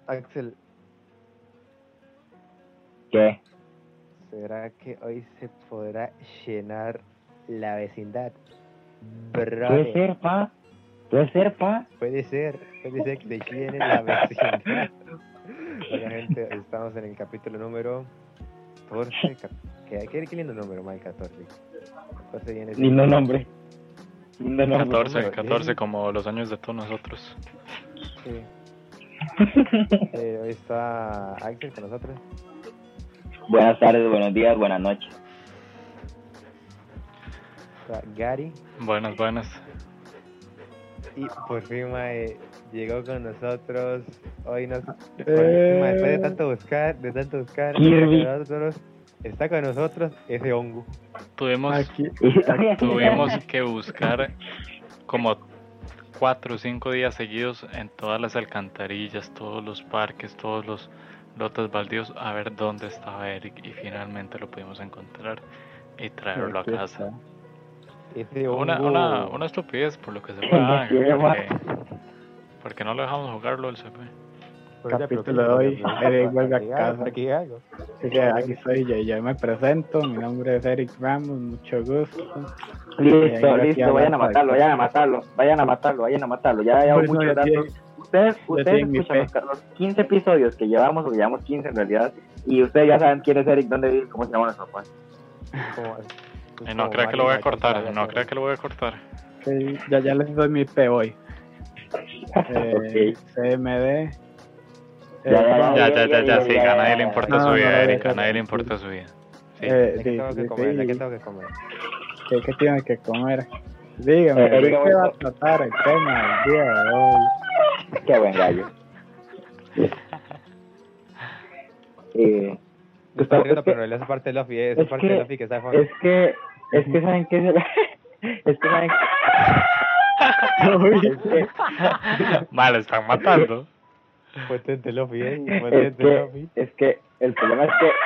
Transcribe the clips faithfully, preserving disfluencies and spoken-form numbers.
Axel, ¿Qué? ¿será que hoy se podrá llenar la vecindad? Brother. Puede ser, pa. Puede ser, pa. Puede ser, puede ser que se llene la vecindad. Hola gente, estamos en el capítulo número catorce. ¿Qué, qué, qué lindo número, Mike? catorce. catorce viene siendo- Lindo nombre. Lindo nombre. catorce, número, catorce bien. como los años de todos nosotros. Sí. Eh, hoy está Axel con nosotros. Buenas tardes, buenos días, buenas noches. Está Gary. Buenas, buenas. Y por fin, mae, llegó con nosotros. Hoy nos. Eh. Mae, después de tanto buscar, de tanto buscar, Kirby. está con nosotros, está con nosotros ese hongo. Tuvimos, Aquí. tuvimos que buscar como cuatro o cinco días seguidos en todas las alcantarillas, todos los parques, todos los lotes baldíos a ver dónde estaba Eric y finalmente lo pudimos encontrar y traerlo a Aquí casa. está. Ese hongo. Una, una, una estupidez por lo que se fue a Ángel, porque, porque no lo dejamos jugarlo el C P. Pues ya, pero Capítulo que- de hoy, para- Eric vuelve a para que haga- casa. para que haga algo. Así que aquí estoy, ya, ya me presento. Mi nombre es Eric Ramos, mucho gusto. Listo, Venga, aquí listo, a vayan a hablar matarlo, para- vayan a matarlo, vayan a matarlo, vayan a matarlo. Ya llevamos Pues no, muchos ya tiene- datos. Ustedes, ustedes tiene mi escuchan fe. los, los quince episodios que llevamos, porque llevamos quince en realidad, y ustedes ya saben quién es Eric, dónde vive, cómo se llama nuestro papá. Como- Y no como creo que lo voy a Mario, cortar, Michael, no creo que lo voy a cortar. Ok, ya, ya les doy mi P hoy. Eh, C M D. Ya, ya, Ya, ya, ya, ya, ya, sí, ya, a ya, nadie ya, le ya, importa no, su no, vida, no, Eric, no, a nadie le no, importa su vida. Sí. Eh, ¿De qué sí, tengo que sí, comer? ¿De qué sí. tengo que comer? ¿Qué, qué tiene que comer? Dígame, Eh, ¿de Eric, qué va a vamos tratar el tema del día de hoy? Qué buen gallo. Eh, Me estoy Gustavo, riendo, es pero que- en realidad es parte de Luffy, eh, es es parte de que- Luffy que está de fondo. Es que, es que saben que es, es que saben es que, Mal, están matando. Potente Luffy, eh, es potente que, Luffy. es que el problema es que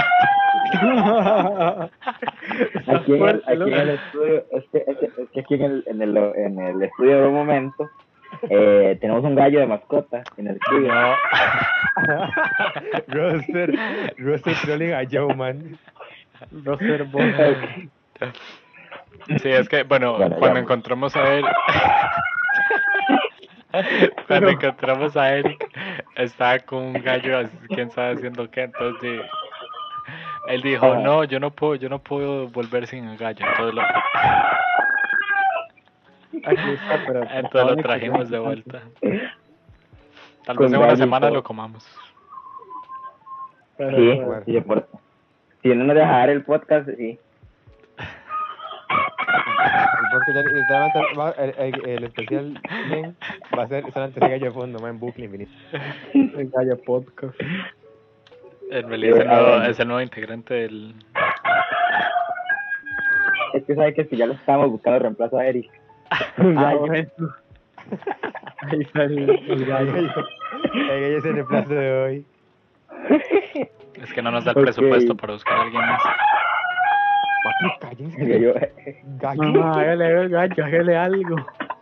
aquí en el, aquí en el estudio, es que, es que, es que aquí en el, en el, en el estudio de un momento, eh, tenemos un gallo de mascota en el estudio. No. Roster, Roster trolling a Joe, man. Roster Bond. Sí, es que, bueno, Bueno, cuando ya. encontramos a Eric, cuando encontramos a Eric, estaba con un gallo, así, quién sabe haciendo qué, entonces él dijo, Ah. no, yo no puedo, yo no puedo volver sin el gallo, entonces lo, Aquí está, pero entonces lo trajimos de vuelta. Tal vez Con en una gallo y semana todo. lo comamos. Pero, Sí, pues, sí, por- si no nos deja dar el podcast, sí. El podcast ya literalmente va- el, el, el especial bien va a ser solamente ese gallo de fondo, man, en bucle infinito. el gallo podcast. En realidad es el Eh, nuevo, ah, es el nuevo integrante del... Es que sabe que si ya lo estamos buscando reemplazo a Eric. Un Ah, gallo. bueno. Ahí está el, el El gallo. gallo, el gallo es el reemplazo de hoy. Es que no nos da el Ok. presupuesto para buscar a alguien más. Papi, El cállense. gallo. Gallo. Mamá, hágale el gallo, hágale algo.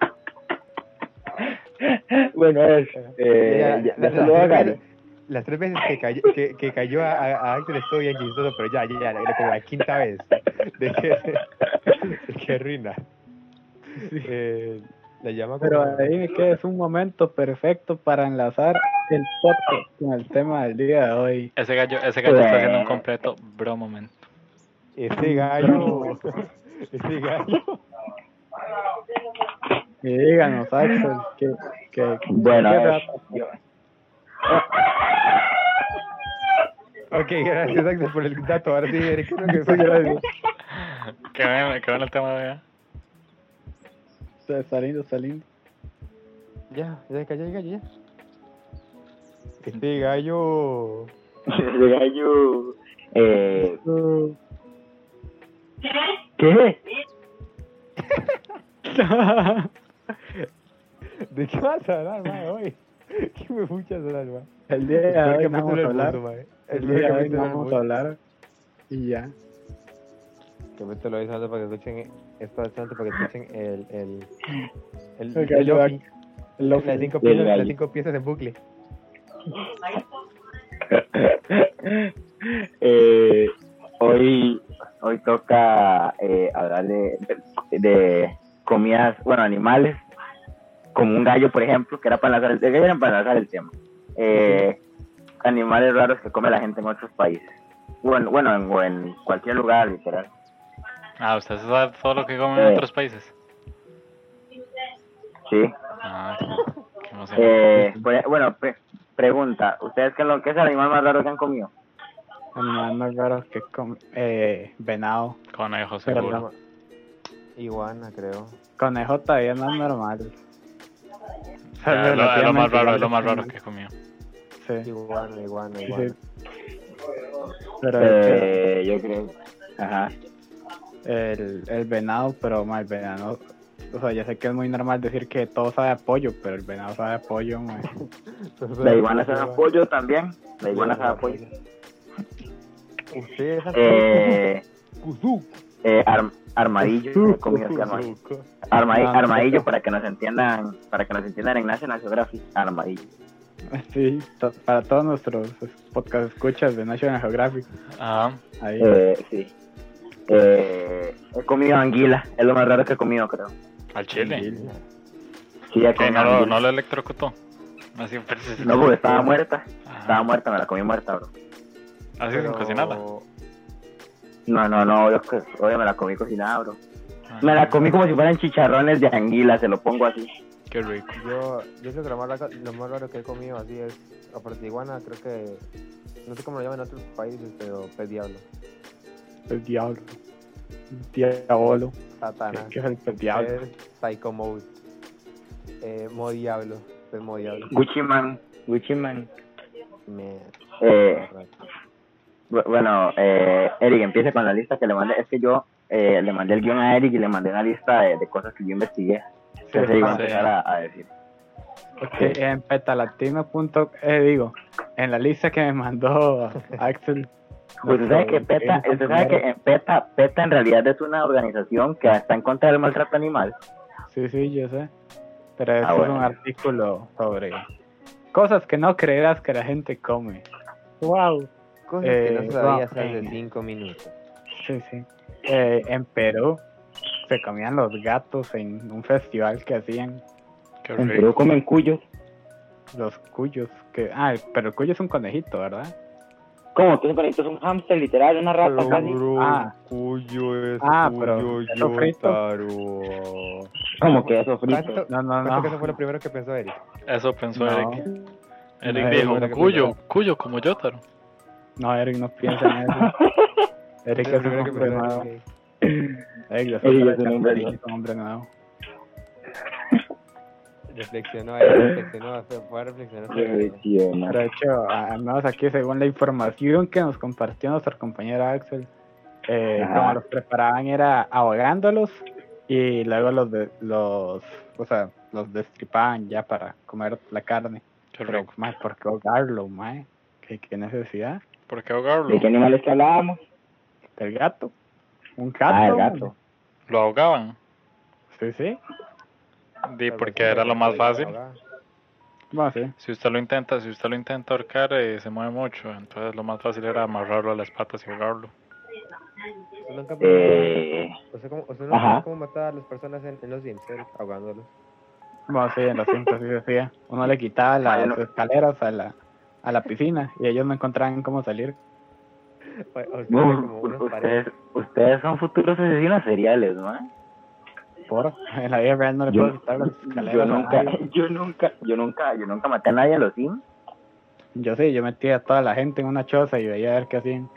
Bueno, es, eh, Ya, ya, la- ya saludó a las, tres Gary. veces, las tres veces que cayó, que, que cayó a, a, a Axel estuvo bien chistoso, pero ya, ya, ya, como la quinta vez. De que, de que ruina. Eh, la llama como... Pero ahí me queda, es un momento perfecto para enlazar el podcast con el tema del día de hoy. Ese gallo, ese gallo está haciendo un completo bro momento. Ese gallo... Ese gallo... Y díganos, Axel, que, que, Bueno, ¿qué es- trata? yo- Ok, gracias Axel por el dato. Ahora sí, Eric, creo que Sí, gracias. Qué bueno, qué bueno el tema de hoy. ¿eh? Está, está lindo, está lindo. Ya, ya se cayó el gallo, ya. Este gallo... el gallo. Eh, Uh, ¿Qué? ¿De qué vas a hablar, mae, hoy? ¿Qué me escuchas hablar, mae? el día de Peor hoy capítulo no vamos del a hablar. mundo, mae. El peor día de hoy capítulo no del vamos mundo. a hablar. Y ya. Que me te lo voy diciendo para que escuchen esto bastante, para que escuchen el el el, El gallo Lofi, El Lofi. las cinco El piezas, gallo. las cinco piezas en bucle. eh, hoy, hoy toca eh, hablar de, de, de comidas, bueno, animales, como un gallo, por ejemplo, que era para enlazar el, era para enlazar el tema. Eh, animales raros que come la gente en otros países. Bueno, bueno en, o en cualquier lugar, literal. Ah, ¿usted sabe todo lo que comen Eh. en otros países? Sí. Ah, qué emocionante. Eh, pues, bueno, pre- pregunta, ¿ustedes qué es lo que es el animal más raro que han comido? Animal más raro que com eh, venado. Conejo, Pero seguro. Iguana, creo. Conejo todavía no es normal. O sea, Ya, es, lo, es lo más relativamente raro, es lo más igual raro que he comido. Sí, Iguana, iguana, sí, iguana. sí. Pero es que Eh, yo creo. Ajá. el, el venado, pero más el venado. O sea, ya sé que es muy normal decir que todo sabe a pollo, pero el venado sabe a pollo, mae. La iguana sabe a pollo también. La iguana sabe a pollo. Ustedes Eh, Kuzú. eh, ar- armadillo. He comido así armadillo. Armadi- No, no, armadillo no. para que nos entiendan, para que nos entiendan en National Geographic. Armadillo. Sí, to- para todos nuestros podcast escuchas de National Geographic. Ah, Ahí. Eh, sí. Eh, he comido anguila. Es lo más raro que he comido, creo. al chile. Sí, he Que comido no lo, anguila. no lo electrocutó. Así, pues, No, porque estaba muerta. Ajá. Estaba muerta, me la comí muerta, bro. Así sin cocinarla. No, no, no, yo que oye, me la comí cocinada, bro. Ah, Me la comí como si fueran chicharrones de anguila, se lo pongo así. Qué rico. Yo, yo creo que lo más, raro, lo más raro que he comido así es, aparte de iguana, creo que, no sé cómo lo llaman en otros países, pero pez diablo. El diablo. Diablo. Satanás. ¿Qué es el pez diablo? Pez Psycho Mode. Eh, modo diablo. Pez modo diablo. Gucci Man, Gucci Man. Me... Eh, bu- bueno, eh, Eric, empieza con la lista que le mandé. Es que yo eh, le mandé el guión a Eric y le mandé una lista de, de cosas que yo investigué. Entonces Eric va a sí. empezar a, a decir. Porque en petalatino punto eh, digo, en la lista que me mandó Axel. Pues usted sabe que PETA, usted sabe que en PETA, PETA en realidad es una organización que está en contra del maltrato animal. Sí, sí, yo sé. Pero eso Ah, es bueno. un artículo sobre cosas que no creerás que la gente come. Wow. Cosas que Eh, no sabía no, hace de en- cinco minutos. Sí, sí. Eh, en Perú se comían los gatos en un festival que hacían Qué En rico. Perú comen cuyos. los cuyos. Que, ah, pero el cuyo es un conejito, ¿verdad? ¿Cómo? ¿Qué es un hámster literal, una rata Pero, casi? bro, Ah. cuyo es Ah, cuyo, pero eso frito. Yotaro. ¿Cómo que eso frito? ¿Cuánto, No, no, cuánto que eso no. fue lo primero que pensó Eric? Eso pensó No, Eric. Eric No, dijo, era que cuyo, pensaba. cuyo como Yotaro. no, Eric no piensa en eso. Eric Eso es fue lo un primero que hombre pensó nuevo. Eric. Eric, yo Eric soy es un hombre Eric nuevo. es un hombre nuevo. Reflexionó, Eric, reflexionó, fue- fue a reflexionar. sobre- Pero de hecho, a- al menos aquí, según la información que nos compartió nuestra compañera Axel, eh, Ajá. como los preparaban era ahogándolos y luego los de, los, o sea, los destripaban ya para comer la carne. Qué Pero, rico. mae, ¿por qué ahogarlo, mae? ¿Qué, qué necesidad? ¿Por qué ahogarlo? ¿De qué animales que hablábamos? ¿Del gato? ¿Un gato? Ah, el mae? gato. ¿Lo ahogaban? Sí, sí. Di, porque era lo más fácil. Bueno, sí. Si usted lo intenta, si usted lo intenta ahorcar, eh, se mueve mucho. Entonces lo más fácil era amarrarlo a las patas y ahogarlo. ¿Usted nunca pensó- Eh, ¿Usted cómo, usted no Ajá. sabe cómo matar a las personas en, en los Sims, Eric? Ahogándolos. Bueno, sí, en los cinco sí se hacía. Uno le quitaba las Bueno. escaleras a la, a la piscina y ellos no encontraban cómo salir. O- o usted no, tiene como unas paredes. ustedes, ustedes son futuros asesinos seriales, ¿no? Por, en la vida real no le Yo, puedo quitar las escaleras yo a nunca, nadie. yo nunca, yo nunca, yo nunca maté a nadie a los Sims. Yo sí, yo metía a toda la gente en una choza y veía a ver qué hacían.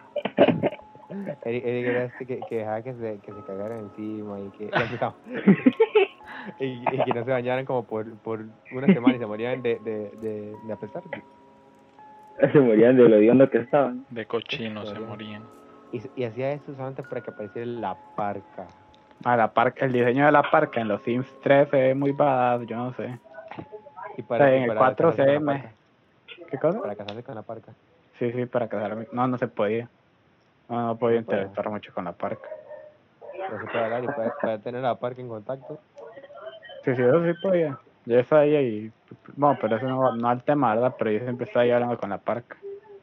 Eric, Eric era este que, que dejaba que se, que se cagaran encima y que, no, y, y que no se bañaran como por, por una semana y se morían de, de, de, de apestar. Se morían de lo hediondo que estaban. De cochinos se Serio. morían. Y, y hacía eso solamente para que apareciera la parca. A la parca, el diseño de la parca en los Sims tres se ve muy badass, yo no sé. Y para, en y el para cuatro casarse se con la me- parca. ¿Qué cosa? Para casarse con la parca. Sí, sí, para casarme. No, no se podía. No, no podía No puede. interactuar mucho con la parca. No se puede hablar y puede, puede tener a la parca en contacto. Sí, sí, eso sí podía. Yo estaba ahí y, bueno, pero eso no, no al tema, ¿verdad? Pero yo siempre estaba ahí hablando con la parca.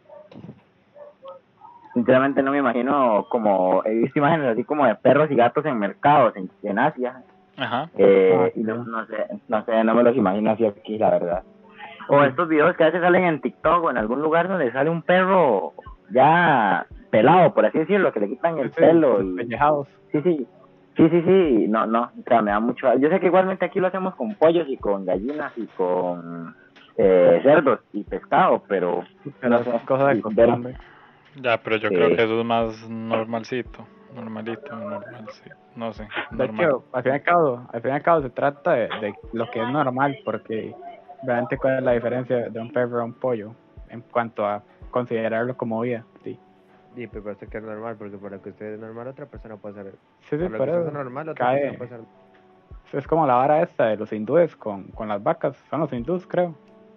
Sinceramente no me imagino como, he visto imágenes así como de perros y gatos en mercados, en, en Asia. Ajá. Eh, Ah, y no, sí. no sé, no sé, no me los imagino así aquí, la verdad. O estos videos que a veces salen en TikTok o en algún lugar donde sale un perro ya pelado, por así decirlo, que le quitan el Sí, pelo y... pellejados. Sí, sí, sí, sí, sí, no, no, o sea, me da mucho... Yo sé que igualmente aquí lo hacemos con pollos y con gallinas y con eh, cerdos y pescado, pero Pero no sé, es cosa de ver- costumbre. Ya, pero yo Sí. creo que eso es más normalcito. Normalito, normalcito. No sé, De normal. hecho, al fin y al cabo, al fin y al cabo se trata de, de lo que es normal, porque realmente cuál es la diferencia de un perro a un pollo en cuanto a considerarlo como vida, sí. Y pues parece que es normal, porque por lo que usted es normal, otra persona puede ser. Sí, sí, por lo por que usted eso es normal, otra cae. persona puede ser. Es como la vara esta de los hindúes con, con las vacas, son los hindúes, creo.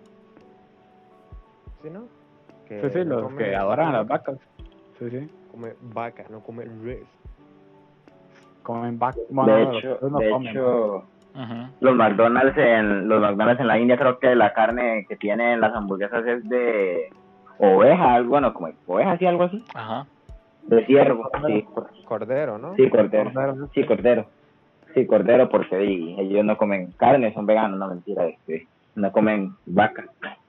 ¿Sí, no? Que Sí, sí, no los come- que no adoran a come las vaca, vacas. Sí, sí, Come vaca, no come res. comen vacas. De Bueno, no, los hecho, hindúes no de comen. hecho, Ujú. los McDonald's en los McDonald's en la India creo que la carne que tienen las hamburguesas es de oveja, algo, bueno, como oveja, sí, algo así, Ajá. de ciervo, sí, Cordero, ¿no? sí, cordero, Cordero. sí, cordero, sí, cordero, porque di, ellos no comen carne, son veganos, no mentira, este, no comen vaca.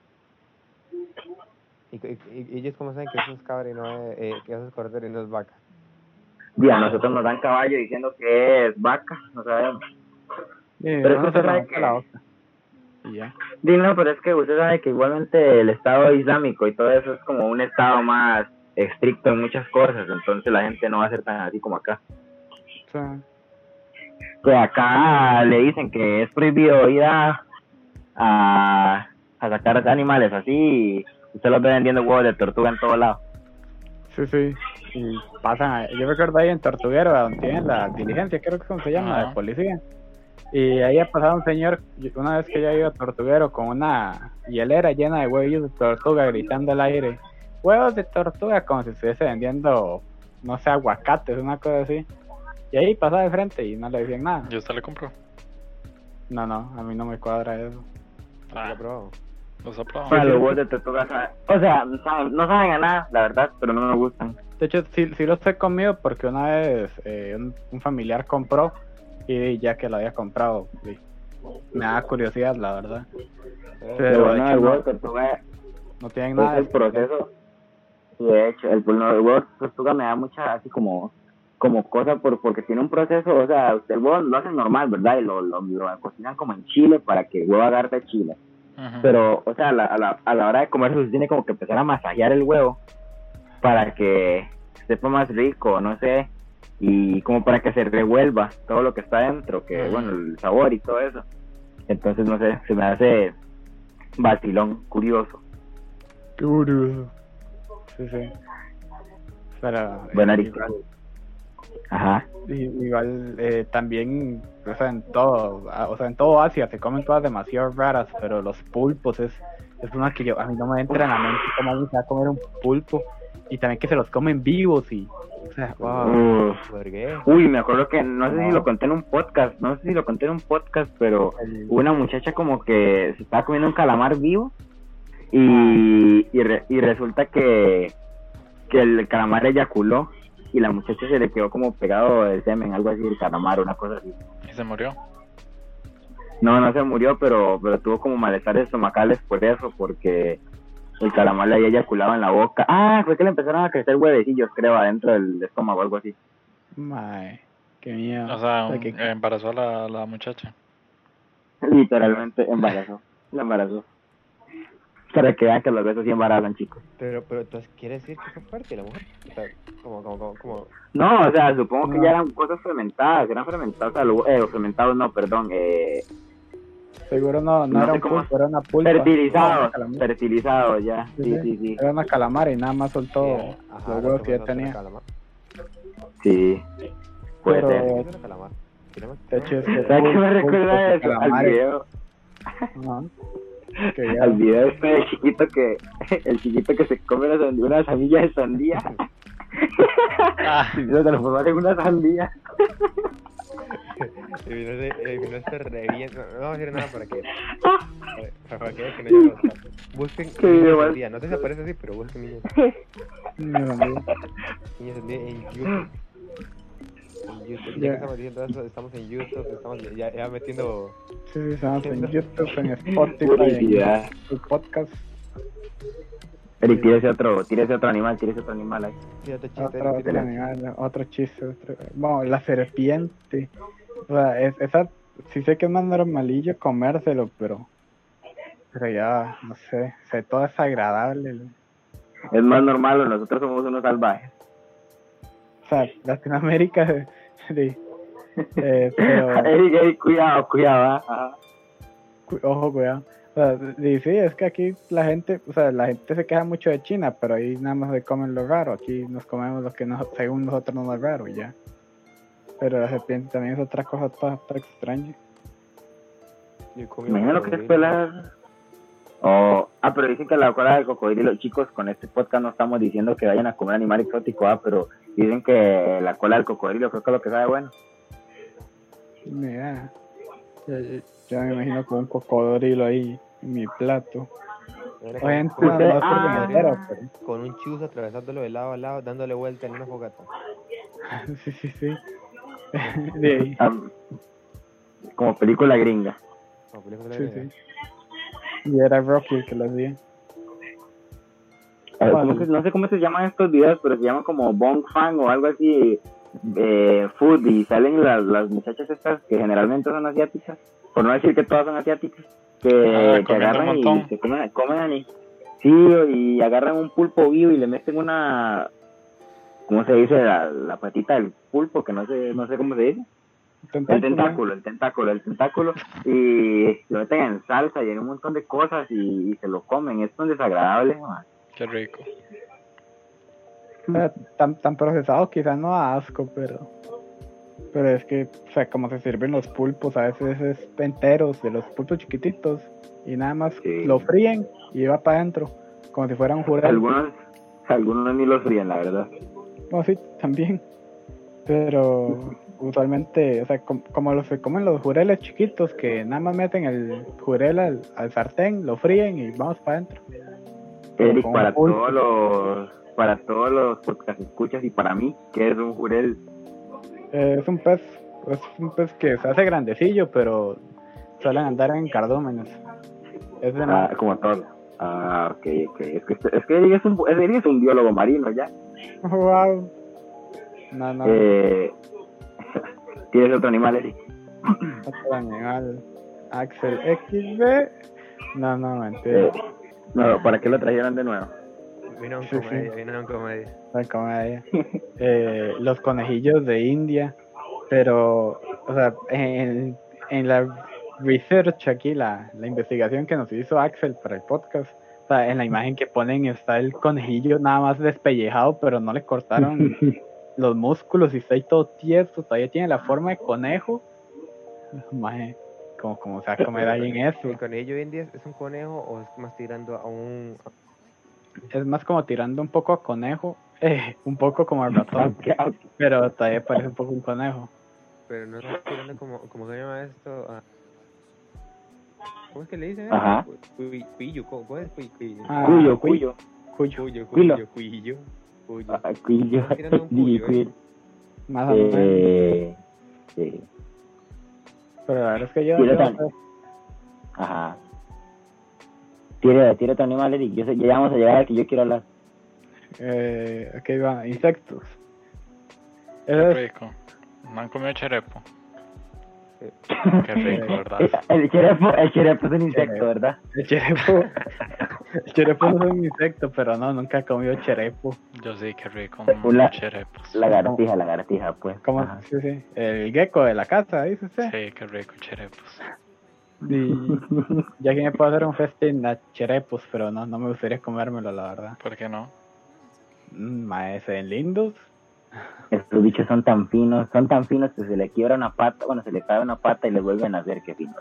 Y, y, y- y ellos como saben que eso es cabra y no es, eh, que eso es cordero y no es vaca. Y a nosotros nos dan caballo diciendo que es vaca, no sabemos. Y Pero es que uno usted se la sabe mete que... a la boca. Y ya. Sí, no, pero es que usted sabe que igualmente el Estado Islámico y todo eso es como un Estado más estricto en muchas cosas, entonces la gente no va a ser tan así como acá. Sí. Que acá le dicen que es prohibido ir a, a, a sacar animales así y usted los ve vendiendo huevos de tortuga en todo lado. Sí, sí. Y pasan, a- yo recuerdo ahí en Tortuguero, donde tienen la diligencia, creo que es como se llama, Ajá. de policía. Y ahí ha pasado un señor, una vez que yo iba a Tortuguero, con una hielera llena de huevos de tortuga, gritando al aire, huevos de tortuga, como si estuviese vendiendo, no sé, aguacates, una cosa así. Y ahí pasaba de frente y no le decían nada. ¿Y usted le compró? No, no, a mí no me cuadra eso. Ah, Lo probó. los aplaudo. Para los huevos de tortuga, saben- o sea, no saben, no saben a nada, la verdad, pero no me gustan. De hecho, sí, sí los he comido porque una vez eh, un, un familiar compró y ya que lo había comprado, sí, me da curiosidad, la verdad. Eh, Pero Lo de bueno hecho del huevo no, de tortuga no tienen es nada. el proceso. Y de hecho, el pulmón del huevo de tortuga me da mucha así como como cosa por porque tiene un proceso, o sea, usted el huevo lo hace normal, ¿verdad? Y lo, lo, lo cocinan como en chile para que el huevo agarre chile. Ujú. Pero, o sea, a la, a la, a la hora de comerse usted tiene como que empezar a masajear el huevo para que sepa más rico, no sé, y como para que se revuelva todo lo que está dentro, que Ujú. bueno, el sabor y todo eso. Entonces, no sé, se me hace vacilón, curioso. Qué curioso. Sí, sí. Pero Bueno, eh, Ari. igual, Ajá. i- igual eh, también, o sea, en todo, a- o sea, en todo Asia se comen todas demasiado raras, pero los pulpos es, es una que yo, a mí no me entra en la mente cómo alguien se va a comer un pulpo y también que se los comen vivos y, o sea, wow. Uf. ¿Por qué? Uy, me acuerdo que, no sé si No. lo conté en un podcast, no sé si lo conté en un podcast, pero El- una muchacha como que se estaba comiendo un calamar vivo y, y, re- y resulta que, que el calamar eyaculó y la muchacha se le quedó como pegado de semen, algo así, el calamar, una cosa así. ¿Y se murió? No, no se murió, pero, pero tuvo como malestares estomacales por eso, porque el calamar le había eyaculado en la boca. Ah, fue que le empezaron a crecer huevecillos, creo, adentro del estómago, algo así. Mae, qué miedo. O sea, un- que- embarazó a la, la muchacha. Literalmente embarazó, la embarazó. Para que vean que los besos sí embarazan, chicos. Pero, pero entonces quiere decir que fue fuerte la mujer. O sea, como, como, como, como. No, o sea, supongo que No. ya eran cosas fermentadas, eran fermentadas, o sea, lo- eh, fermentados no, perdón, eh, Seguro no, no, no era sé un cómo- pulpo, era una pulpa. fertilizados, Era una calamar. fertilizados ya, Sí, sí, sí. sí, sí, Era una calamar y nada más soltó Sí, ajá, los lo huevos que ya fue tenía. calamar. sí, puede Pero- ser. ¿Qué es una calamar? ¿Tiene más? De hecho, es que ¿Sabes qué me pul- recuerda pulpos y eso? Al calamares. video, Ajá. Que ya- al video este del chiquito que, el chiquito que se come una, sand- una semilla de sandía. Ah. Y se transformar en una sandía. El vino se, el vino se revienta. No, no vamos a decir nada para que. Para que vean que no llega a los casos. Busquen Qué Niños igual. al Día. No te desaparece así, pero busquen Niños, No, amigo. Niños al Día en YouTube. En YouTube. Ya Ya. que estamos diciendo eso, estamos en YouTube. Estamos ya, ya metiendo. Sí, sí, estamos en YouTube, en Spotify, Publicidad. en su podcast. Eric, tírese otro, tírese otro animal, tírese otro animal ahí. Fíjate, chiste. Otro, otro tírale. animal, otro chiste. Otro... Bueno, la serpiente. O sea, es, esa, sí sé que es más normalillo comérselo, pero. Pero ya, no sé, sé, todo es agradable. Es más normal, o nosotros somos unos salvajes. O sea, Latinoamérica, sí. Eh, pero, Eric, Eric, cuidado, cuidado. ¿ah? Ajá. cu- ojo, cuidado. O sea, sí, sí, es que aquí la gente, o sea, la gente se queja mucho de China, pero ahí nada más se comen lo raro. Aquí nos comemos lo que nos, según nosotros no es raro y ya. Pero la serpiente también es otra cosa toda, toda extraña. Yo comí Imagina lo que es cocodrilo. pelar. Oh, ah, pero dicen que la cola del cocodrilo, chicos, con este podcast no estamos diciendo que vayan a comer animal exótico, ah, pero dicen que la cola del cocodrilo creo que es lo que sabe bueno. Mira, ya, ya- ya me imagino con un cocodrilo ahí en mi plato. Era Obviamente con- no, Usted- no es porque ah. me entero, pero Con un chuzo atravesándolo de lado a lado, dándole vuelta en una fogata. sí, sí, sí. De ahí, Ah, como película gringa. Como película sí, de- sí. Y era Rocky el que lo hacía. A ver, ¿Cuál? ¿cómo se- no sé cómo se llaman estos videos, pero se llaman como Bong Fang o algo así, eh, food, y salen las, las muchachas estas que generalmente son asiáticas, por no decir que todas son asiáticas, que, Ah, que comiendo un agarran montón. y se comen, comen y, sí, y agarran un pulpo vivo y le meten una, ¿cómo se dice? La, la patita del pulpo, que no sé, no sé cómo se dice. El tentáculo, el tentáculo, el tentáculo, y lo meten en salsa y en un montón de cosas y, y se lo comen. Es tan desagradable, man. Qué rico. O sea, tan, tan procesado quizás no da asco, pero pero es que, o sea, como se sirven los pulpos, a veces es enteros de los pulpos chiquititos y nada más Sí. lo fríen y va para adentro, como si fuera un jurel. Algunos, algunos ni los fríen, la verdad. No, sí, también. Pero usualmente, o sea, com- como los se comen los jureles chiquitos que nada más meten el jurel al, al sartén, lo fríen y vamos para adentro. Eric, Con para pulpo. todos los, para todos los podcast escuchas y para mí, que es un jurel. Eh, es un pez, es un pez que se hace grandecillo, pero suelen andar en cardúmenes. Es de Ah, mar. como todo. Ah, ok, ok. Es que, es que Eric es un, Eric es un biólogo marino ya. Wow. No, no, Eh, ¿Tienes otro animal, Eric? otro animal. Axel X B. No, no, mentira. Eh, no, ¿para qué lo trajeron de nuevo? Vino un Sí, comedia, sí. vino un comedia. La comedia. Eh, los conejillos de India, pero, o sea, en, en la research aquí, la, la investigación que nos hizo Axel para el podcast, o sea, en la imagen que ponen está el conejillo nada más despellejado, pero no le cortaron los músculos y está ahí todo tieso, todavía tiene la forma de conejo. Maje, como, como se va a comer alguien eso. ¿El conejillo indio es es un conejo o es más tirando a un... Es más como tirando un poco a conejo, eh, un poco como al ratón, pero todavía parece un poco un conejo. Pero no es más tirando como... ¿Cómo se llama esto? Ah, ¿cómo es que le dicen? Ajá. Cuy- Cuillo, ¿cómo cómo es? Cuy- cuy- Ah, Cuyo, cuy- cuyo. Cuyo, Cuyo, Cuilo. cuyo, cuillo. Cuyo. Ah, cuyo. Están tirando un cuyo, ¿eh? Cuyo. más o menos. Eh, sí. Pero la verdad es que yo, Tira yo tan- no sé. Ajá. Tira, tira tu animal, Eric. Yo sé, ya vamos a llegar al que yo quiero hablar. Eh, aquí va, insectos. Qué Eso es, rico. ¿No han comido cherepo? Eh, Qué rico, ¿verdad? El cherepo, el cherepo es un insecto, ¿verdad? el cherepo. El cherepo no es un insecto, pero no, nunca he comido cherepo. Yo sí, qué rico. Una- mm, Cherepos. Lagartija, lagartija, pues. ¿Cómo? Ajá. Sí, sí. El gecko de la casa, dice usted. Sí, qué rico, cherepos. Y ya que me puedo hacer un festín a cherepos, pero no, no me gustaría comérmelo, la verdad. ¿Por qué no? Mm, mae, se ven lindos. Estos bichos son tan finos, son tan finos que se le quiebra una pata, bueno, se le cae una pata y le vuelven a hacer, qué finos.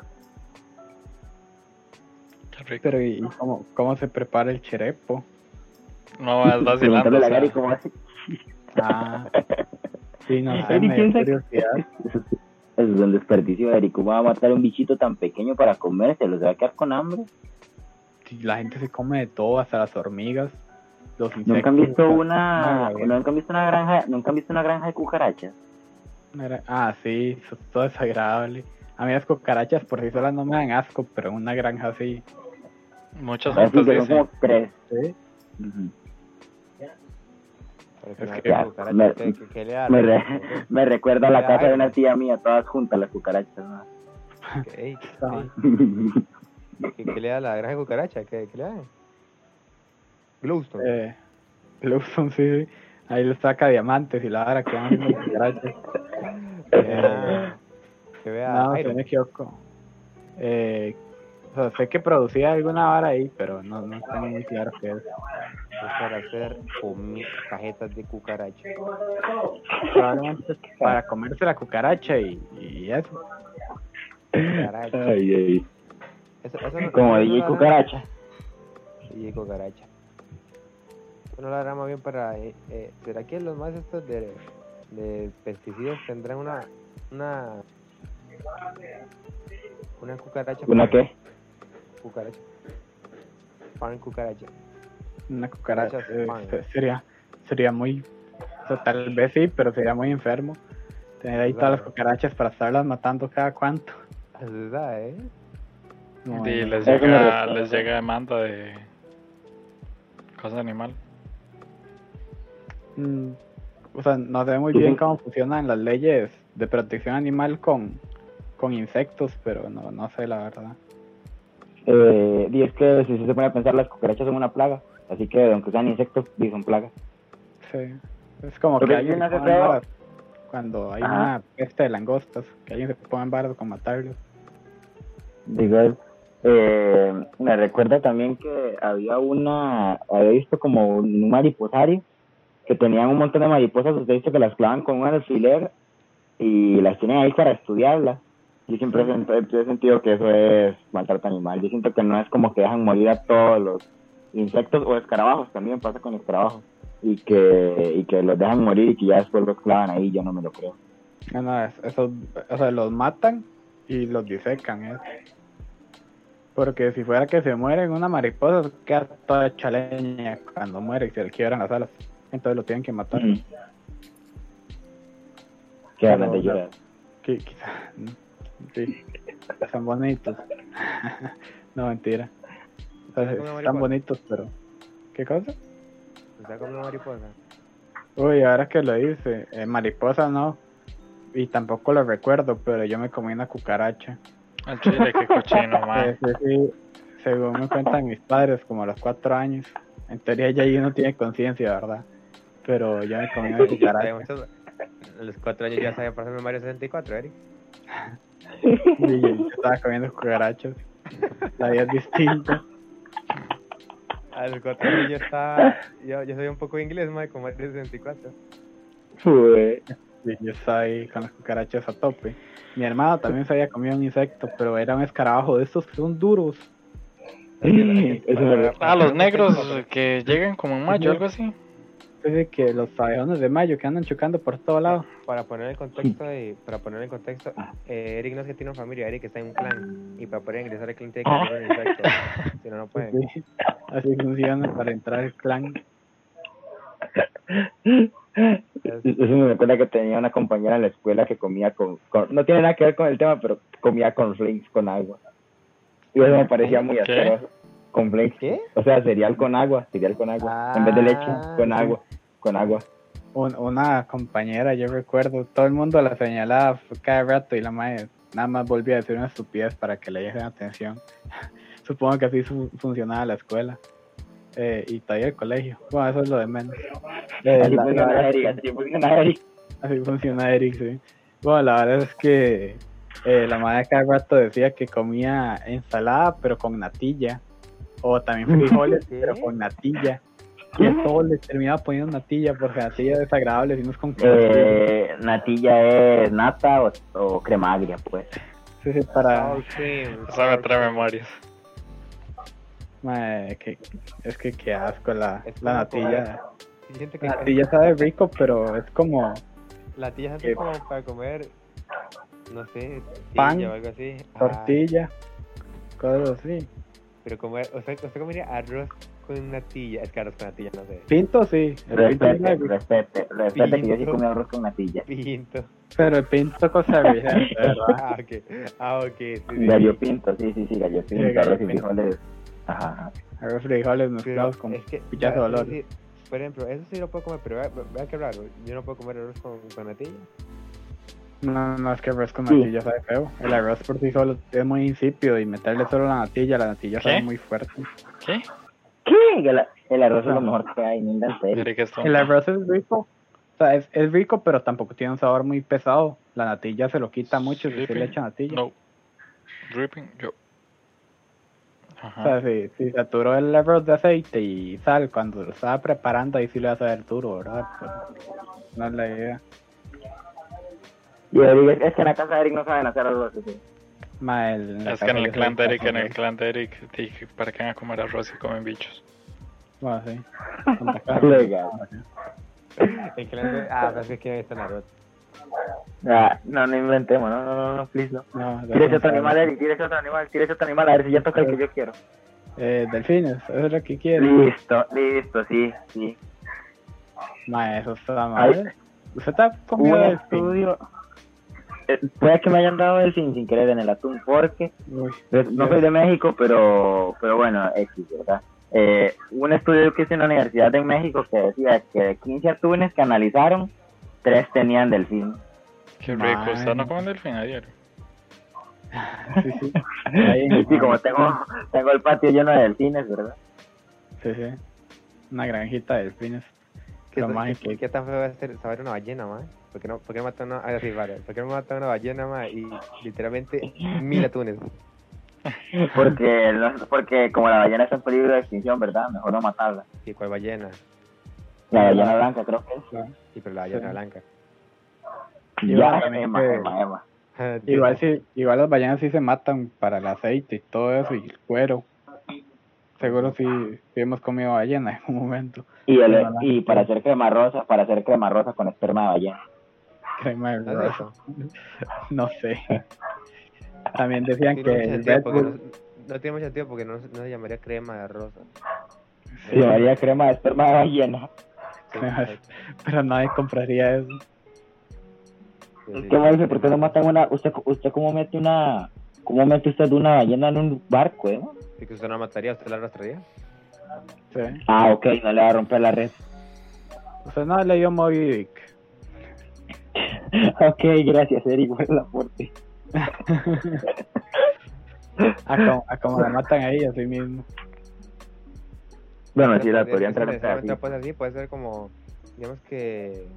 Qué rico. Pero ¿y y cómo, cómo se prepara el cherepo? No vas vacilando. Preguntarle a o la sea, Gary cómo hace. Ah, sí, no sé, Eric me dio piensa que- curiosidad. es un desperdicio, Eric. ¿Cómo va a matar un bichito tan pequeño para comérselo? ¿Se va a quedar con hambre? Si la gente se come de todo, hasta las hormigas, los insectos. ¿Nunca han visto o sea, una, no, nunca han visto una granja, nunca han visto una granja de cucarachas? era- Ah, sí, eso es todo desagradable. A mí las cucarachas por sí solas no me dan asco, pero en una granja así. Muchas Así juntas que son dicen. como tres. ¿Sí? Ujú. Pero que Es no que- hay cucaracha, me- ¿qué- qué- qué le da? Me, re- me recuerda a la Ya, casa de una ay. tía mía, todas juntas las cucarachas, ¿no? ¿Qué, Ah. qué- qué- qué le da la granja de cucaracha? ¿Qué, qué le da? Glowstone. Eh, Lawson, sí, sí. Ahí le saca diamantes y la vara que van haciendo cucarachas. Eh, que vea no, si Iron. me equivoco. Eh, o sea, sé que producía alguna vara ahí, pero no, no tengo muy claro qué es. Es para hacer comi- cajetas de cucaracha. Probablemente es para comerse la cucaracha y, y eso. Cucaracha. Ay, ay. Eso, eso no- Como eso D no J lo harán- Cucaracha. D J cucaracha. Eso no lo hará más bien para... Eh, eh, ¿será que los más estos de, de pesticidas tendrán una... Una... Una cucaracha? ¿Una farm? qué? Cucaracha. Farm cucaracha. Una cucaracha Cucarachas eh, pan. se- sería sería muy, o sea, tal vez sí, pero sería muy enfermo tener ahí todas las Claro. cucarachas para estarlas matando cada cuanto. Es verdad, ¿eh? No, Y no. les Eso me llega, recuerda. les llega demanda de cosa animal. Mm, o sea, no sé muy Ujú. bien cómo funcionan las leyes de protección animal con, con insectos, pero no, no sé la verdad. Eh, y es que si se pone a pensar, las cucarachas son una plaga. Así que aunque sean insectos, sí son plagas. Sí. Es como Lo que que alguien sí se me hace ponga en feo- varas cuando hay Ajá. una peste de langostas, que alguien se ponga en varas con matarlos. Digo, eh, me recuerda también que había una, había visto como un mariposario que tenían un montón de mariposas, usted ha visto que las clavan con un alfiler y las tienen ahí para estudiarlas. Yo siempre he, sent- he sentido que eso es maltrato animal. Yo siento que no es como que dejan morir a todos los insectos o escarabajos, también pasa con escarabajos, y que, y que los dejan morir y que ya después los clavan ahí, yo no me lo creo. No, no, es- esos, o sea, los matan y los disecan, ¿eh? Porque si fuera que se mueren una mariposa, queda toda hecha leña cuando muere y se le quiebran las alas. Entonces lo tienen que matar. Ujú. Qué ganas de Pero, llorar. Que, quizá, sí, son bonitos. No, mentira. O sea, Una están mariposa. bonitos, pero... ¿Qué cosa? Está como una mariposa. Uy, ahora que lo dice, eh, mariposa no. Y tampoco lo recuerdo, pero yo me comí una cucaracha. Al chile, qué cochino, Eh, man. sí, sí, según me cuentan mis padres, como a los cuatro años. En teoría ya uno tiene conciencia, ¿verdad? Pero yo me comí una Yo sabía cucaracha. muchos- A los cuatro años ya sabía pasarme Mario sesenta y cuatro, Eric. Y yo estaba comiendo cucarachas. La vida es distinta. A los cuatro años yo estaba... Yo, yo soy un poco inglés, mae, con Mario sesenta y cuatro. Fue. Y yo estaba ahí con las cucarachas a tope. Mi hermano también se había comido un insecto, pero era un escarabajo de estos que son duros. Eso me- Ah, los negros que llegan como en mayo, algo así. Entonces que los abejones de mayo que andan chocando por todo lado. Para poner el contexto, de, para poner el contexto, eh, Eric no es que tiene una familia, Eric está en un clan. Y para poder ingresar al clan tiene que ser un insecto. Si no, no pueden. Sí, así funciona para entrar al clan. Eso me recuerda que tenía una compañera en la escuela que comía con, con- no tiene nada que ver con el tema, pero comía con flakes con agua. Y eso me parecía muy ¿Qué? asqueroso. Con flakes. ¿Qué? O sea, cereal con agua, cereal con agua. En vez de leche, con Ah, agua, con agua. Un- una compañera, yo recuerdo, todo el mundo la señalaba cada rato y la madre nada más volvía a decir una estupidez para que le dieran atención. Supongo que así fu- funcionaba la escuela. Eh, y todavía el colegio. Bueno, eso es lo de menos. Eh, Así la- funciona la- Eric, así funciona Eric. Así funciona Eric, sí. Bueno, la verdad es que eh, la madre cada rato decía que comía ensalada, pero con natilla. O también frijoles, ¿Qué? pero con natilla. Y a todos les terminaba poniendo natilla, porque natilla es desagradable, si no es con Eh, natilla es nata o, o crema agria, pues. sí, sí, para... sour cream, Eso me sour trae cream. memorias. Mae, que, es que qué asco la, Es la como natilla. Sí, siento que La natilla sabe rico, pero es como... la tía es que- como para comer no sé, Pan, o algo así. Ah, tortilla, cosas así. pero como, o sea, ¿usted comería arroz con natilla? Es que arroz con natilla, no sé. Pinto sí, el pinto sí Respete, me- respete, respete que yo sí Pinto. comí arroz con natilla. Pinto. pero el pinto costarricense, ¿verdad? Ah, ok. Ah, ok. Sí, sí, Gallo sí. pinto, sí, sí, sí, gallo Sí, pinto, gallo arroz y pinto. frijoles. Ajá, ajá. Arroz, frijoles Pero mezclados con es que, pillazo de ah, olor. sí, sí, por ejemplo, eso sí lo puedo comer, pero vea, vea qué raro. Yo no puedo comer arroz con, con natilla. No, no es que arroz con Sí. natilla sabe feo. El arroz por sí solo es muy insípido y meterle solo la natilla, la natilla sabe ¿Qué? muy fuerte. ¿Qué? ¿Qué? El, el arroz es lo mejor que hay, no en serio. Eric es tonto. El arroz es rico, o sea, es, es rico, pero tampoco tiene un sabor muy pesado. La natilla se lo quita mucho si se Sleeping? le echa natilla. No. Dripping, yo. O Ajá. sea, si, si saturó el arroz de aceite y sal cuando lo estaba preparando, ahí sí le va a saber duro, ¿verdad? Pero no es la idea. Y Eric, es, es que en la casa de Eric no saben hacer arroz, sí. Ma, el- Es que en el yo soy clan de Eric, en capaz el clan de Eric, dije, ¿para qué van a comer arroz y comen bichos? Bueno, sí. Santa Clara. Legal. El que le- ah, pero es que aquí no está arroz. Ah, no, no inventemos, no, no, no, no, please, no. No, Tírese otro animal, Eric, tírese otro animal, tírese otro animal, a ver si ya toca el que yo quiero. Eh, delfines, eso es lo que quiere. Listo, listo, sí, sí. Ma, eso está mal. Ahí- ¿Usted está Un comiendo delfín? estudio. Eh, puede que me hayan dado el sin, sin querer en el atún, porque Uy, pues, no soy de México, pero, pero bueno, X, ¿verdad? Eh, un estudio que hice en la Universidad de México que decía que de quince atunes que analizaron, tres tenían delfín. Qué rico, Man. ¿ustedes no comen delfín a diario? sí, sí. Ahí, Y como tengo, tengo el patio lleno de delfines, ¿verdad? Sí, sí. Una granjita de delfines. ¿Qué, Pero, ma, qué, que- qué tan feo va a ser saber una ballena, man? ¿Por qué no, por qué no matan una, ah, sí, vale. ¿Por qué no matan una ballena, man? Y literalmente mil atunes. Porque, no- porque como la ballena está en peligro de extinción, ¿verdad? Mejor no matarla. ¿Y cuál ballena? La ballena blanca, creo que es. Sí, pero la ballena Sí. blanca. Y Ya, bueno, también Emma, que- Emma, Emma. Igual sí, igual las ballenas sí se matan para el aceite y todo eso y el cuero. Seguro sí, sí hemos comido ballena en un momento. Y, el, Bueno, y para hacer crema rosa, para hacer crema rosa con esperma de ballena. Crema de ¿No es rosa. eso? No sé. También decían Sí, que no, tiene el sentido Red porque Bull... no, no tiene mucho sentido porque no, no se llamaría crema de rosa. Se llamaría crema de esperma de ballena. Sí, Pero nadie compraría eso. sí, sí, ¿Qué me sí. dice? ¿Por qué no matan una? ¿Usted, usted cómo mete una? ¿Cómo mete usted una ballena en un barco, eh? ¿Y que usted no la mataría? ¿Usted la arrastraría? Sí. Ah, ok, no le va a romper la red. Usted no ha leído Moby Dick. Ok, gracias, Eric, por el aporte. A como, a como la matan ahí, así mismo. Bueno, sí, la Podría- podría es entrar que en necesariamente pedacito. pues así, puede ser como, digamos que,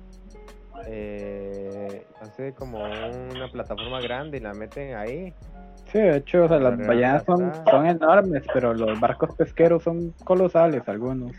eh, no sé, como una plataforma grande y la meten ahí. Sí, de hecho, o sea, las Pero ballenas son, está- son enormes, pero los barcos pesqueros son colosales algunos.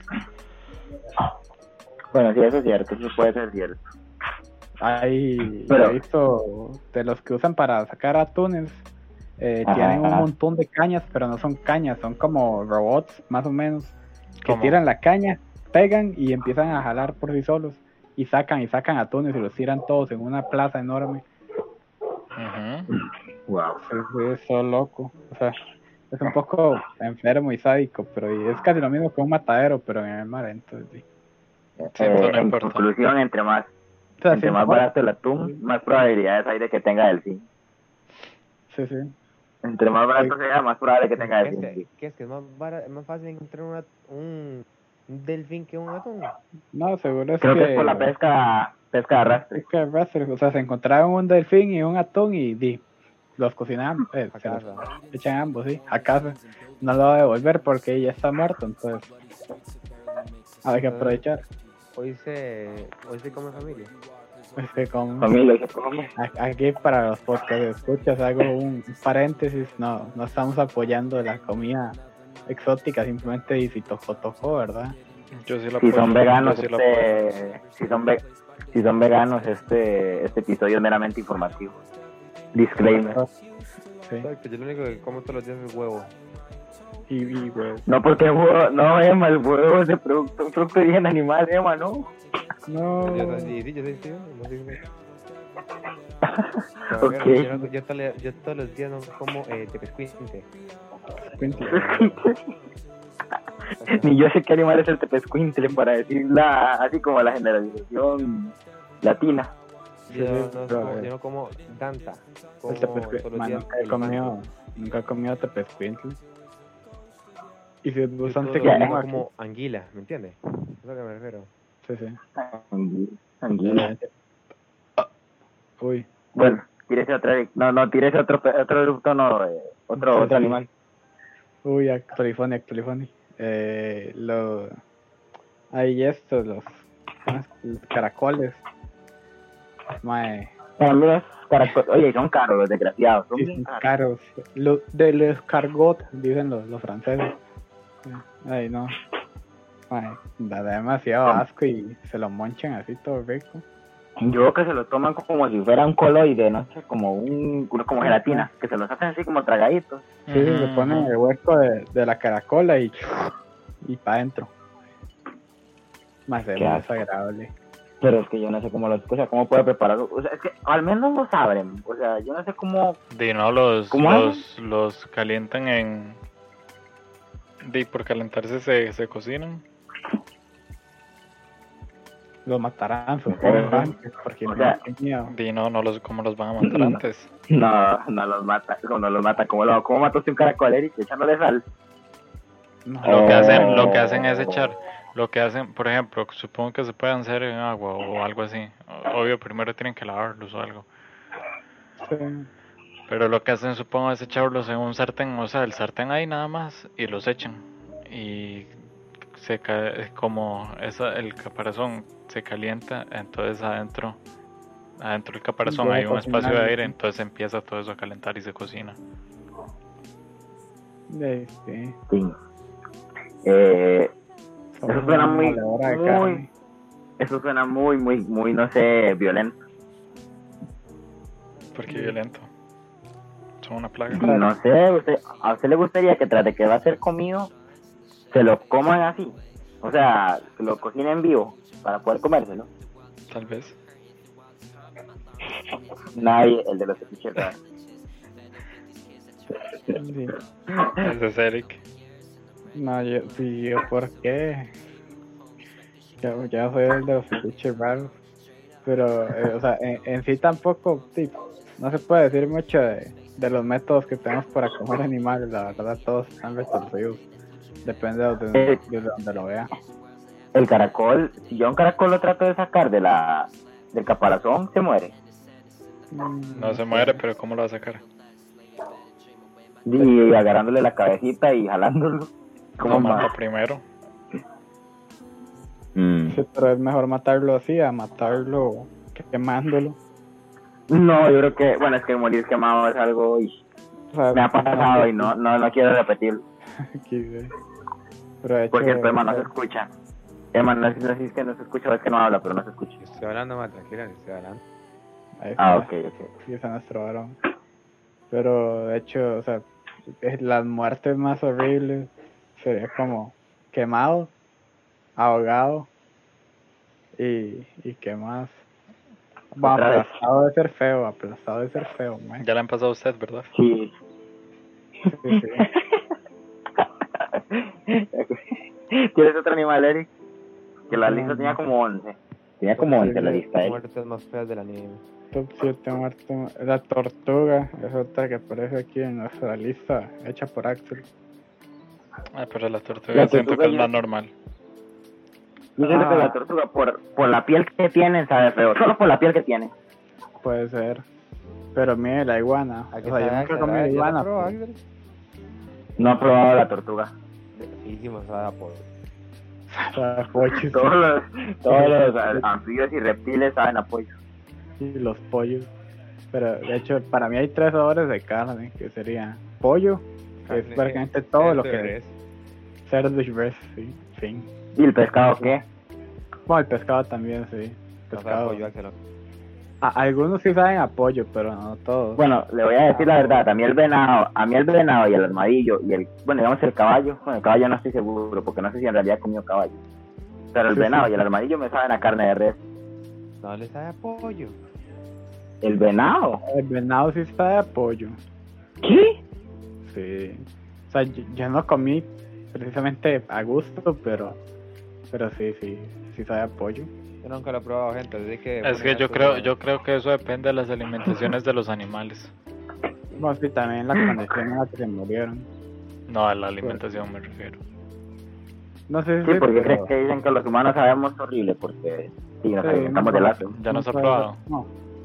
Bueno, sí, eso es cierto, eso puede ser cierto. Hay, Pero- he visto de los que usan para sacar atunes, eh, Ajá, tienen un ajá. montón de cañas, pero no son cañas, son como robots, más o menos, que ¿Cómo? tiran la caña, pegan y empiezan a jalar por sí solos, y sacan y sacan atunes y los tiran todos en una plaza enorme. Ujú. Wow. Sí, sí, eso loco, o sea, es un poco enfermo y sádico, pero y es casi lo mismo que un matadero, pero en el mar, entonces sí. Sí, Eh, eso no en importa. conclusión, entre más, O sea, entre sí, más mejor. barato el atún, más probabilidades hay de que tenga delfín. Sí, sí. Entre más barato sea, más probable que tenga ¿Qué es delfín. que, qué es que es más, bara- es más fácil encontrar una, un, un delfín que un atún? No, seguro es Creo que... que es por la pesca, pesca de arrastre. Es que arrastre, o sea, se encontraron un delfín y un atún y di, los cocinaban, eh, A se los casa. echan ambos, sí, a casa. No lo va a devolver porque ya está muerto, entonces hay que aprovechar. Hoy se, hoy se come familia. Es que como Familia, ¿qué come? a- aquí para los podcasts escuchas hago un paréntesis, no, no estamos apoyando la comida exótica, simplemente y si tocó, tocó, ¿verdad? Yo sí lo Si son apoyo, veganos, yo sí lo apoyo. este, si son ve- si son veganos, este, este episodio es meramente informativo. Disclaimer. Sí, Exacto, yo lo único que como todos los días es huevo. y, y pues, No porque el huevo, no, Emma, el huevo es de producto, un producto de origen animal, Emma, no. no, Yo soy, sí, sí, yo soy tío, no soy- Pero, Ok. bueno, yo, no- yo, tole- yo todos los días no como eh, tepescuinte. Quinty. Ni yo sé qué animal es el tepescuintle para decirla así como la generalización latina. Yo, Sí, no, pero, como, eh, yo no como danta. Como El tepescuintle. todos los Man, días nunca he el comido, nunca he comido tepescuintle. Y si es Yo bastante todo lo que como común aquí. como anguila, ¿me entiendes? Es a lo que me refiero. Sí, sí. Angui- Anguila. Uy, Bueno, tírese otra. No, no, tírese otro, pe- otro tono, eh, otro, Sí, otro sí. animal. uy, actualifone, actualifone. Eh, lo... Hay estos, los, ¿cómo es? Los caracoles. Mae, También es caracol. Oye, son caros los desgraciados. Son sí, bien son caros. caros. Los de los cargot, dicen los, los franceses. Ay, no. Mae, da demasiado asco y se lo monchan así todo rico. Yo creo que se lo toman como si fuera un coloide, no sé, como un como gelatina, que se los hacen así como tragaditos. Sí, le ponen el hueco de, de la caracola y, y para adentro. Más de Qué muy asco. desagradable. Pero es que yo no sé cómo los, o sea, cómo puede prepararlo. O sea, es que al menos lo saben. O sea, yo no sé cómo. Di no, los, ¿Cómo los, los calientan en. Di por calentarse se, se cocinan. Los matarán, Ujú. supongo, antes, porque O no, sea, qué miedo. Di no, no los, ¿cómo los van a matar No. antes? No, no los mata, como no los mata, ¿cómo lo, cómo mató usted un caracol, Eric? Echándole sal. No, Lo que Oh. hacen, lo que hacen es echar, lo que hacen, por ejemplo, supongo que se pueden hacer en agua o algo así. O- Obvio, primero tienen que lavarlos o algo. sí. Pero lo que hacen, supongo, es echarlos en un sartén, o sea, el sartén ahí nada más, y los echan. Y se ca- como esa, el caparazón se calienta, entonces adentro, adentro del caparazón Ya hay un cocinar, espacio de aire, ¿sí? entonces empieza todo eso a calentar y se cocina. Sí, sí. Sí. Eh, Somos Eso suena una muy- moledora de muy- carne. eso suena muy, muy, muy, no sé, violento. Porque violento. Son una plaga. Y no sé, usted, ¿a usted le gustaría que tras de que va a ser comido, se lo coman así? O sea, que lo cocinen vivo para poder comérselo. Tal vez. Nadie, el de los ceviches raros. Sí. Ese es Eric. No, yo, sí, yo, ¿por qué? Yo, yo soy el de los fetiches raros. Pero, eh, o sea, en, en sí tampoco, sí, no se puede decir mucho de, de los métodos que tenemos para comer animales. La verdad, todos están retorcidos. Depende de donde, Eh. de donde lo vea. El caracol, si yo a un caracol lo trato de sacar de la del caparazón, se muere. Mm, No se muere, pero ¿cómo lo va a sacar? Y agarrándole la cabecita y jalándolo. Lo Como mata más. primero. Mm. Sí, pero es mejor matarlo así a matarlo que quemándolo. No, yo creo que, bueno, es que morir quemado es algo y O sea, me ha pasado y no, no, no quiero repetirlo. Aquí, sí. Pero de hecho, Por cierto, Emma no se escucha. Emma no, no sé si es que no se escucha o es que no habla, pero no se escucha. Estoy hablando más tranquila, estoy hablando. ahí Ah, está. ok, ok. Sí, ese es nuestro varón. Pero de hecho, o sea, es- las muertes más horribles sería como quemado, ahogado y, y qué más. Bueno, Otra vez. aplastado de ser feo, aplastado de ser feo, man. Ya le han pasado a usted, ¿verdad? Sí. Sí, sí. ¿Tienes otro animal, Eric? Que la No, lista no. tenía como once. Tenía como once la lista, Eric. Muertes más feas del anime. Top siete muertes. La tortuga es otra que aparece aquí en nuestra lista, hecha por Axel. Ah, pero la tortuga La siento tortuga que es yo- más normal. Yo siento Ah. que la tortuga, por, por la piel que tiene, sabe feo. Solo por la piel que tiene. Puede ser. Pero mire, la iguana. O ¿A qué sea, yo sabe, nunca Axel? comí A ver, ¿ya iguana. lo probó, pero- Axel? No he probado la tortuga. Hicimos a por. O sea, pollos Todos los, todos los a- anfibios y reptiles saben a pollo. y los pollos. Pero de hecho, para mí hay tres sabores de carne, que sería pollo, que es Carne, prácticamente todo lo cerdo y que res. cerdo y res, sí, fin. ¿Y el pescado qué? Bueno, el pescado también, sí. O sea, Pescado. pollo, Axel. A- algunos sí saben a pollo, pero no todos. Bueno, le voy a decir la verdad, a mí el venado, a mí el venado y el armadillo y el, bueno, digamos el caballo, bueno, el caballo no estoy seguro, porque no sé si en realidad he comido caballo. Pero el Sí, venado sí. y el armadillo me saben a carne de res. No le sabe a pollo. El venado. El venado sí está de apoyo. ¿Qué? Sí. O sea, yo, yo no comí precisamente a gusto, pero pero sí, sí, sí sabe a pollo. Yo nunca lo he probado, gente, así que... Es que yo creo, yo creo que eso depende de las alimentaciones de los animales. Bueno, sí, también la condición en la que se murieron. No, a la alimentación me refiero. No sé Sí, si porque pero- crees que dicen que los humanos sabemos horrible, porque sí, nos Sí, alimentamos no, de no. lácteos. ¿Ya no se ha sabe- probado? No,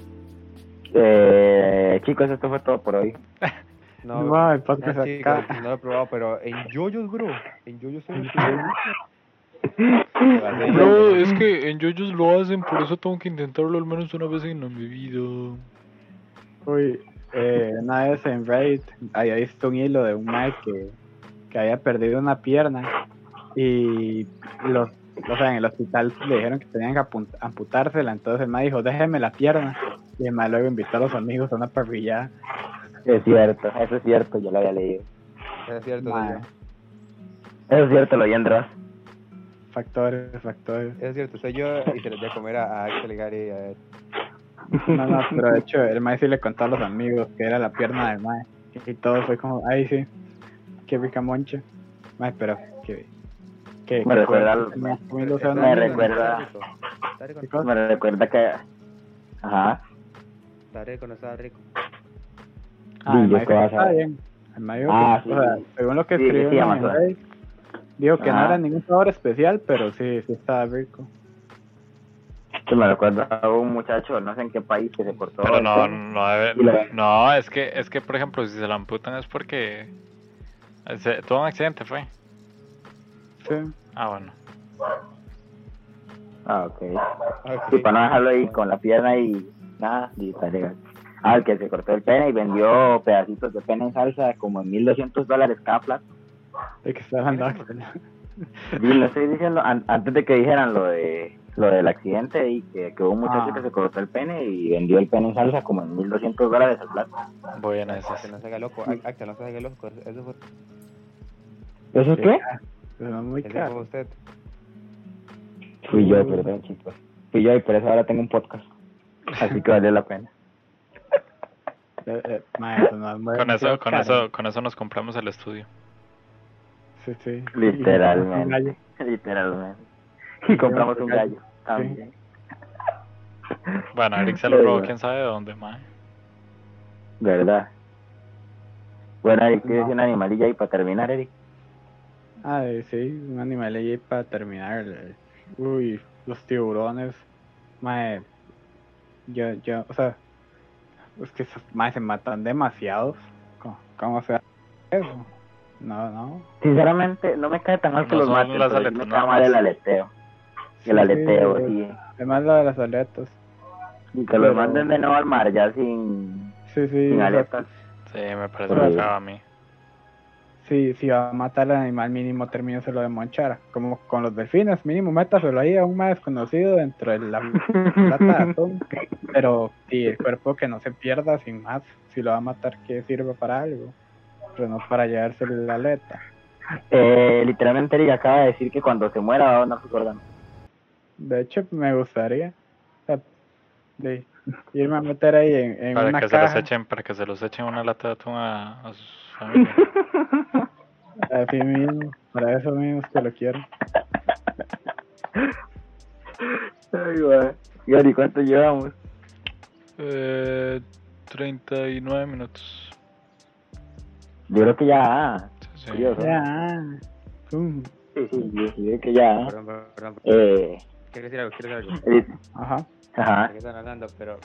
Eh, chicos, esto fue todo por hoy. No, No, el podcast ah, chicos, acá. no lo he probado, pero en yoyos, bro. En yoyos son... Bro, es que en yoyos lo hacen, por eso tengo que intentarlo al menos una vez en mi vida. Uy, eh, una vez en Reddit había visto un hilo de un mae que, que había perdido una pierna y los, o sea, en el hospital le dijeron que tenían que apun- amputársela, entonces el mae dijo, déjeme la pierna, y el mae luego invitó a los amigos a una parrillada. Es cierto, eso es cierto, yo lo había leído. Es cierto, Mae, soy yo. Eso es cierto, lo vi en Dross. factores, factores. Es cierto, soy yo y se los voy a comer a, a Axel y Gary y a Ed. No, no, pero de hecho el mae sí le contó a los amigos que era la pierna del mae, y todo fue como, ay sí, qué rica moncha. Mae, pero que... que Me que recuerda fue- al- tenía comiendo Está sano. me rico, recuerda- está rico. Está rico, ¿Qué cosa? Me recuerda que... Ajá. está rico, no está rico. Ah, el Dillo, mae ¿qué dijo que vas a está ver? bien. El mae dijo Ah, que, sí. o sea, según lo que Sí, escribió sí, en Amazon. Reddit, dijo que no Ajá. era ningún sabor especial, pero sí, sí estaba rico. Que me recuerda a un muchacho, no sé en qué país, que se cortó. Pero el no, pelo. no, debe- Y lo- no, es que, es que por ejemplo, si se la amputan es porque se, tuvo un accidente, fue. Sí. Ah, bueno. Ah, ok. Ok. Sí, para no dejarlo ahí con la pierna y nada, y está legal. Ah, el que se cortó el pene y vendió pedacitos de pene en salsa como en mil doscientos dólares cada plato. De que está hablando Axel. Y lo estoy diciendo an- antes de que dijeran lo de lo del accidente y que, que hubo un muchacho Ah. que se cortó el pene y vendió el pene en salsa como en mil doscientos dólares el plato. Voy en Que esas. no se haga loco, Ac- Axel, no se haga loco. Eso fue, ¿Eso es qué? Pero no es muy eso fue caro. usted. Fui yo, perdón, chicos. Fui yo y por eso ahora tengo un podcast. Así que vale la pena. Eh, eh, mae, eso no es muy Con eso, demasiado con caro. eso, con eso nos compramos el estudio. Sí, sí. Literalmente. Literalmente. Y compramos un gallo también. Bueno, Eric se lo robó, quién sabe de dónde, mae. ¿Verdad? Bueno, Eric, ¿tienes un animalillo ahí para terminar, Eric? Ah, eh, sí, un animal ahí para terminar. eh, Uy, los tiburones. Mae, yo, yo, o sea, es que esos mae se matan demasiados. ¿Cómo, cómo se hace eso? No, no. Sinceramente, no me cae tan mal que No los son maten, las pero sí aletas, me nada cae mal más. el aleteo. Sí, El aleteo, sí, sí. Además lo de las aletas. Y que los Pero- manden de nuevo al mar ya sin, Sí, sí. sin o sea, aletas. Sí, me parece Pero- feo a mí. Si, si va a matar al animal, mínimo termíneselo de monchara. Como con los delfines, mínimo métaselo ahí a un más desconocido dentro de la plata de atún. Pero si el cuerpo que no se pierda sin más, si lo va a matar, que sirva para algo. Pero no para llevárselo la aleta. Eh, literalmente Eric acaba de decir que cuando se muera va a donar sus órganos. De hecho, me gustaría o sea, de irme a meter ahí en, en Para una que se los caja. echen, para que se los echen una lata de atún a, a sus familias. Así mismo, para eso mismo es que lo quiero. Ay, güey. Gary, ¿cuánto llevamos? Eh, treinta y nueve minutos. Yo creo que ya. Sí, sí. Curioso. Ya. Pum. Sí, sí, yo, yo creo que ya. Perdón, perdón, perdón. Eh, Quiero decir algo, quiero decir algo. Eric, Ajá. ajá. ¿De qué están hablando? Pero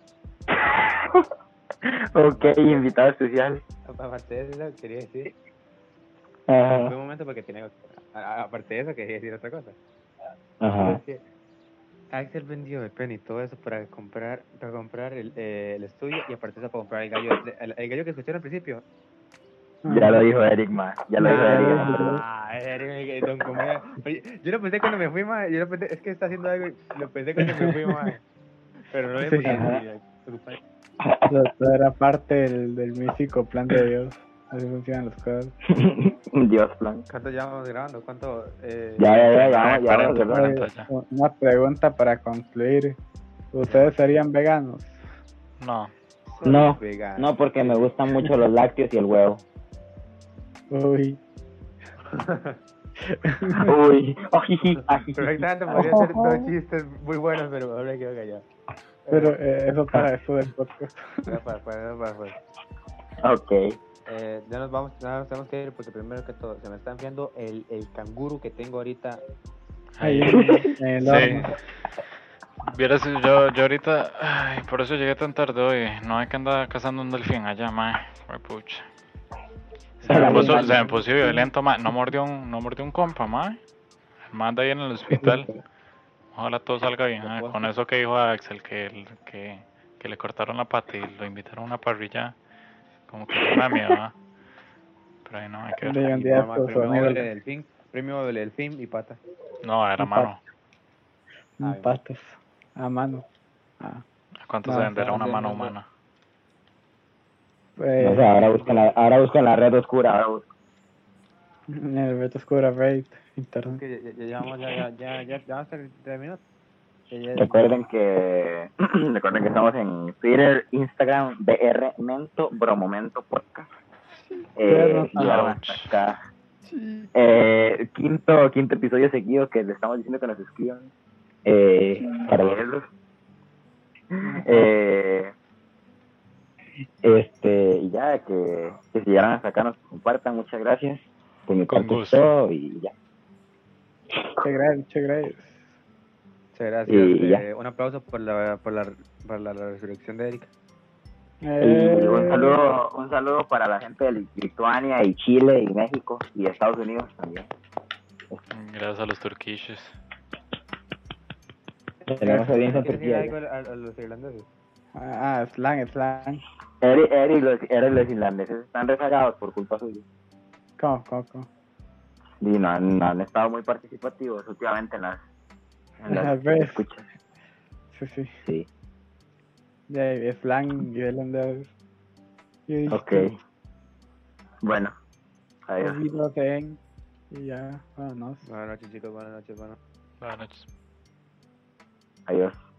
Ok, invitado especial. aparte de eso, quería decir... Ajá. Fue un momento porque tenía... a- a- Aparte de eso, quería decir otra cosa. Ajá. Es que Axel vendió el pen y todo eso para comprar para comprar el, eh, el estudio y aparte de eso para comprar el gallo, el, el gallo que escucharon al principio. Ya lo dijo Eric, ma. Ya lo dijo Eric. Ah, Eric, don Comedia. Oye, yo lo pensé cuando me fui, ma. Yo lo pensé, es que está haciendo algo, y lo pensé cuando me fui, ma. Pero no le Sí. porque Eso era parte del, del místico plan de Dios. Así funcionan las cosas. Dios plan. ¿Cuánto llevamos grabando? ¿Cuánto? Eh, Ya, ya, ya, ya, cuarenta, ya, vamos, cuarenta, ¿verdad? ya. Una pregunta para concluir. ¿Ustedes serían veganos? No. Soy No, vegano. no, porque me gustan mucho los lácteos y el huevo. Uy. Uy, ojiji, ajiji. Perfectamente podría ser dos chistes muy buenos, pero ahora quedo callado. Pero eh, eso para eso del podcast. Para, para, para, para, para. Ok. Eh, ya nos vamos, ya nos tenemos que ir porque primero que todo se me está enfriando el, el canguro que tengo ahorita. Ahí en, en el Sí. horno. Vieras, yo, yo ahorita, ay, por eso llegué tan tarde hoy. No hay que andar cazando un delfín allá, mae. Fue pucha. Se me puso, se me puso violento, mae. No mordió un, no mordió un compa, mae. El mae anda ahí en el hospital. Ojalá todo salga bien. ah, Con eso que dijo Axel, que, el- que, que le cortaron la pata y lo invitaron a una parrilla, como que fue una mierda. Pero ahí no hay que ver. De un Y día mamá, estos premio sonidos doble delfín, premio doble delfín y pata. No, era Un mano. Ay. patas a mano. Ah, ¿Cuánto No, se venderá una no, mano no, no. humana? pues No sé, ahora busco en la, ahora busco en la red oscura. Ahora busco. en el Beto Oscura Raid Es internet. que ya, ya, llevamos ya, ya, ya, ya, ya hasta tres minutos. Ya, ya- Recuerden que recuerden que estamos en Twitter, Instagram, B R Mento, Bromomento Podcast. Eh, Pero, llegaron ouch. hasta acá. Eh, quinto, quinto episodio seguido que le estamos diciendo que nos escriban eh, para leerlos. Eh, este, y ya, que, que si llegaran hasta acá nos compartan, muchas gracias. Por mi Con parte es gusto. todo y ya. Muchas gracias, muchas gracias. Muchas gracias. Y ya. Eh, un aplauso por la, por la, por la, la resurrección de Erika. Y un Eh, saludo, un saludo para la gente de Lituania y Chile y México y Estados Unidos también. Gracias a los turquillos. Tenemos audiencia en ¿Quieres decir Turquía. algo a, a los irlandeses? Ah, slang, slang. Eri, Eri y los, Eri y los irlandeses están rezagados por culpa suya. ¿Cómo, cómo, cómo? Y no han, no han estado muy participativos últimamente en las, en las Las veces. escuchas. Sí, sí. Sí, De slang y holandés. Y ok. Bueno, adiós. Olvido de y ya, vámonos. Buenas noches, chicos. Buenas noches. Buenas Buenas noches. Adiós.